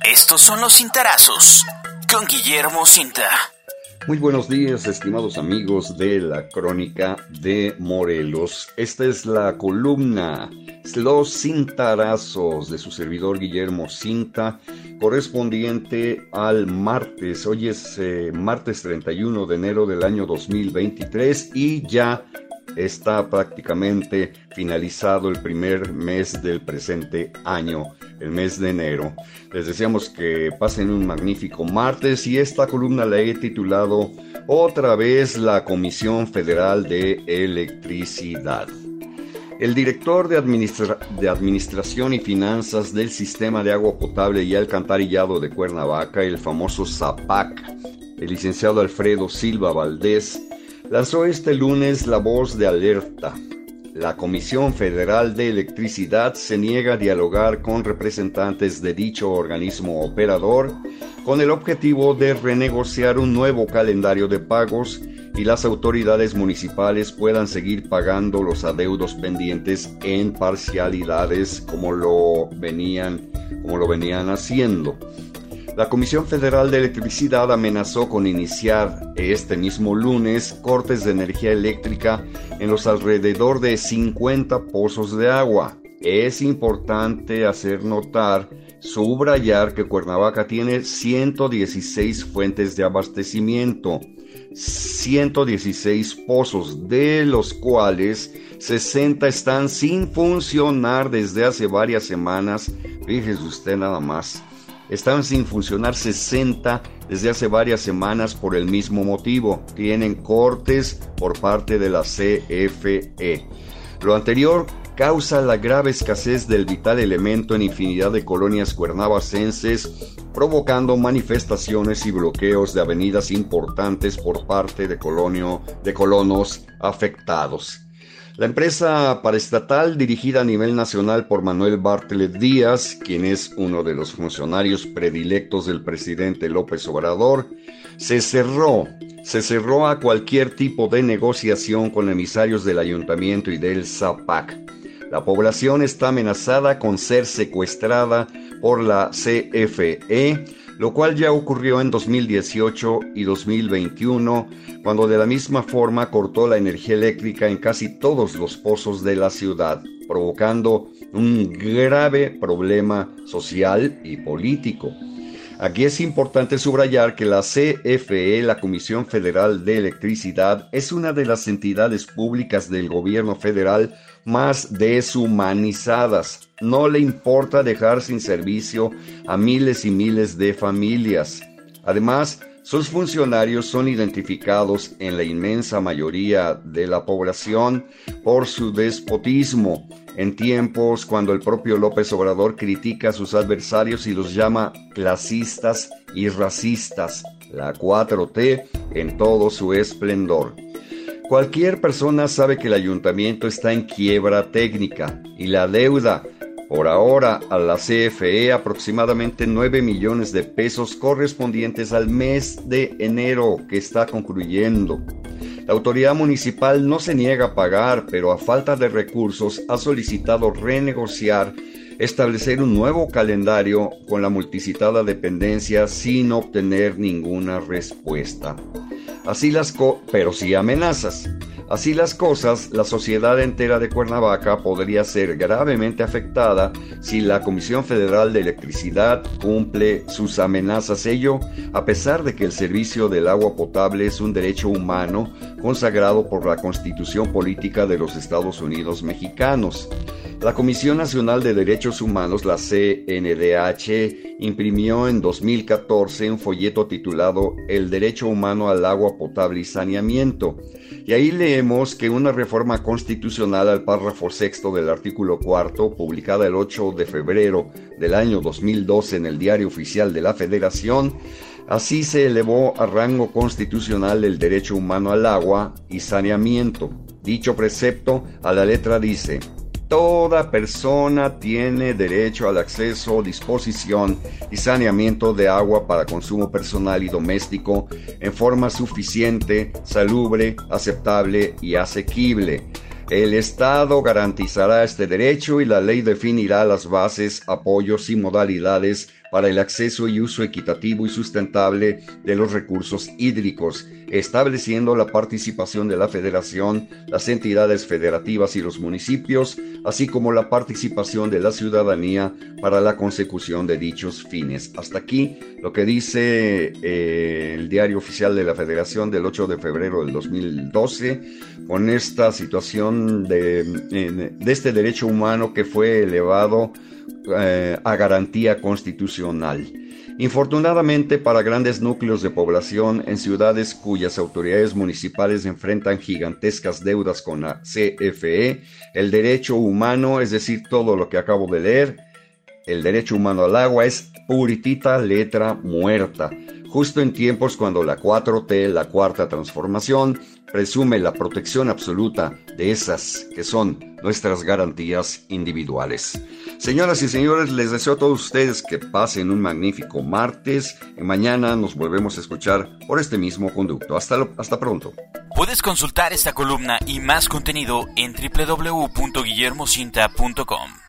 Estos son los cintarazos con Guillermo Cinta. Muy buenos días, estimados amigos de la Crónica de Morelos. Esta es la columna Los Cintarazos de su servidor Guillermo Cinta, correspondiente al martes. Hoy es martes 31 de enero del año 2023 y ya está prácticamente finalizado el primer mes del presente año, el mes de enero. Les deseamos que pasen un magnífico martes y esta columna la he titulado otra vez la Comisión Federal de Electricidad. El director de Administración y Finanzas del Sistema de Agua Potable y Alcantarillado de Cuernavaca, el famoso SAPAC, el licenciado Alfredo Silva Valdés, lanzó este lunes la voz de alerta. La Comisión Federal de Electricidad se niega a dialogar con representantes de dicho organismo operador con el objetivo de renegociar un nuevo calendario de pagos y las autoridades municipales puedan seguir pagando los adeudos pendientes en parcialidades como lo venían haciendo. La Comisión Federal de Electricidad amenazó con iniciar este mismo lunes cortes de energía eléctrica en los alrededor de 50 pozos de agua. Es importante hacer notar, subrayar que Cuernavaca tiene 116 fuentes de abastecimiento, 116 pozos, de los cuales 60 están sin funcionar desde hace varias semanas. Fíjese usted nada más. Están sin funcionar 60 desde hace varias semanas por el mismo motivo. Tienen cortes por parte de la CFE. Lo anterior causa la grave escasez del vital elemento en infinidad de colonias cuernavacenses, provocando manifestaciones y bloqueos de avenidas importantes por parte de colonos afectados. La empresa paraestatal, dirigida a nivel nacional por Manuel Bartlett Díaz, quien es uno de los funcionarios predilectos del presidente López Obrador, se cerró a cualquier tipo de negociación con emisarios del ayuntamiento y del SAPAC. La población está amenazada con ser secuestrada por la CFE, lo cual ya ocurrió en 2018 y 2021, cuando de la misma forma cortó la energía eléctrica en casi todos los pozos de la ciudad, provocando un grave problema social y político. Aquí es importante subrayar que la CFE, la Comisión Federal de Electricidad, es una de las entidades públicas del gobierno federal más deshumanizadas. No le importa dejar sin servicio a miles y miles de familias. Además, sus funcionarios son identificados en la inmensa mayoría de la población por su despotismo, en tiempos cuando el propio López Obrador critica a sus adversarios y los llama clasistas y racistas, la 4T en todo su esplendor. Cualquier persona sabe que el ayuntamiento está en quiebra técnica y la deuda, por ahora, a la CFE aproximadamente 9 millones de pesos correspondientes al mes de enero que está concluyendo. La autoridad municipal no se niega a pagar, pero a falta de recursos ha solicitado renegociar, establecer un nuevo calendario con la multicitada dependencia sin obtener ninguna respuesta. Pero sí amenazas. Así las cosas, la sociedad entera de Cuernavaca podría ser gravemente afectada si la Comisión Federal de Electricidad cumple sus amenazas. Ello, a pesar de que el servicio del agua potable es un derecho humano consagrado por la Constitución Política de los Estados Unidos Mexicanos. La Comisión Nacional de Derechos Humanos, la CNDH, imprimió en 2014 un folleto titulado El Derecho Humano al Agua Potable y Saneamiento. Y ahí leemos que una reforma constitucional al párrafo sexto del artículo cuarto, publicada el 8 de febrero del año 2012 en el Diario Oficial de la Federación, así se elevó a rango constitucional el derecho humano al agua y saneamiento. Dicho precepto a la letra dice: toda persona tiene derecho al acceso, disposición y saneamiento de agua para consumo personal y doméstico en forma suficiente, salubre, aceptable y asequible. El Estado garantizará este derecho y la ley definirá las bases, apoyos y modalidades para el acceso y uso equitativo y sustentable de los recursos hídricos, estableciendo la participación de la Federación, las entidades federativas y los municipios, así como la participación de la ciudadanía para la consecución de dichos fines. Hasta aquí lo que dice el Diario Oficial de la Federación del 8 de febrero del 2012, con esta situación de este derecho humano que fue elevado a garantía constitucional. Infortunadamente, para grandes núcleos de población en ciudades cuyas autoridades municipales enfrentan gigantescas deudas con la CFE, el derecho humano, es decir, todo lo que acabo de leer, el derecho humano al agua es puritita letra muerta, justo en tiempos cuando la 4T, la Cuarta Transformación, presume la protección absoluta de esas que son nuestras garantías individuales. Señoras y señores, les deseo a todos ustedes que pasen un magnífico martes. Mañana nos volvemos a escuchar por este mismo conducto. Hasta pronto. Puedes consultar esta columna y más contenido en www.guillermocinta.com.